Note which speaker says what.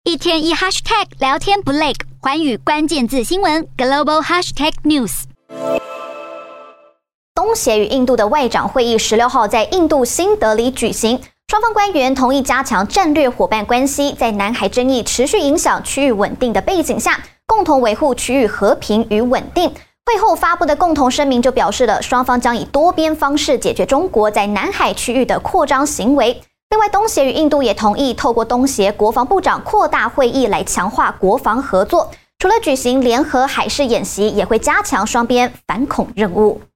Speaker 1: 一天一 hashtag 聊天不累，寰宇关键字新闻 global hashtag news。
Speaker 2: 东协与印度的外长会议16号在印度新德里举行，双方官员同意加强战略伙伴关系，在南海争议持续影响区域稳定的背景下，共同维护区域和平与稳定。会后发布的共同声明就表示了，双方将以多边方式解决中国在南海区域的扩张行为。另外，东协与印度也同意透过东协国防部长扩大会议来强化国防合作，除了举行联合海事演习，也会加强双边反恐任务。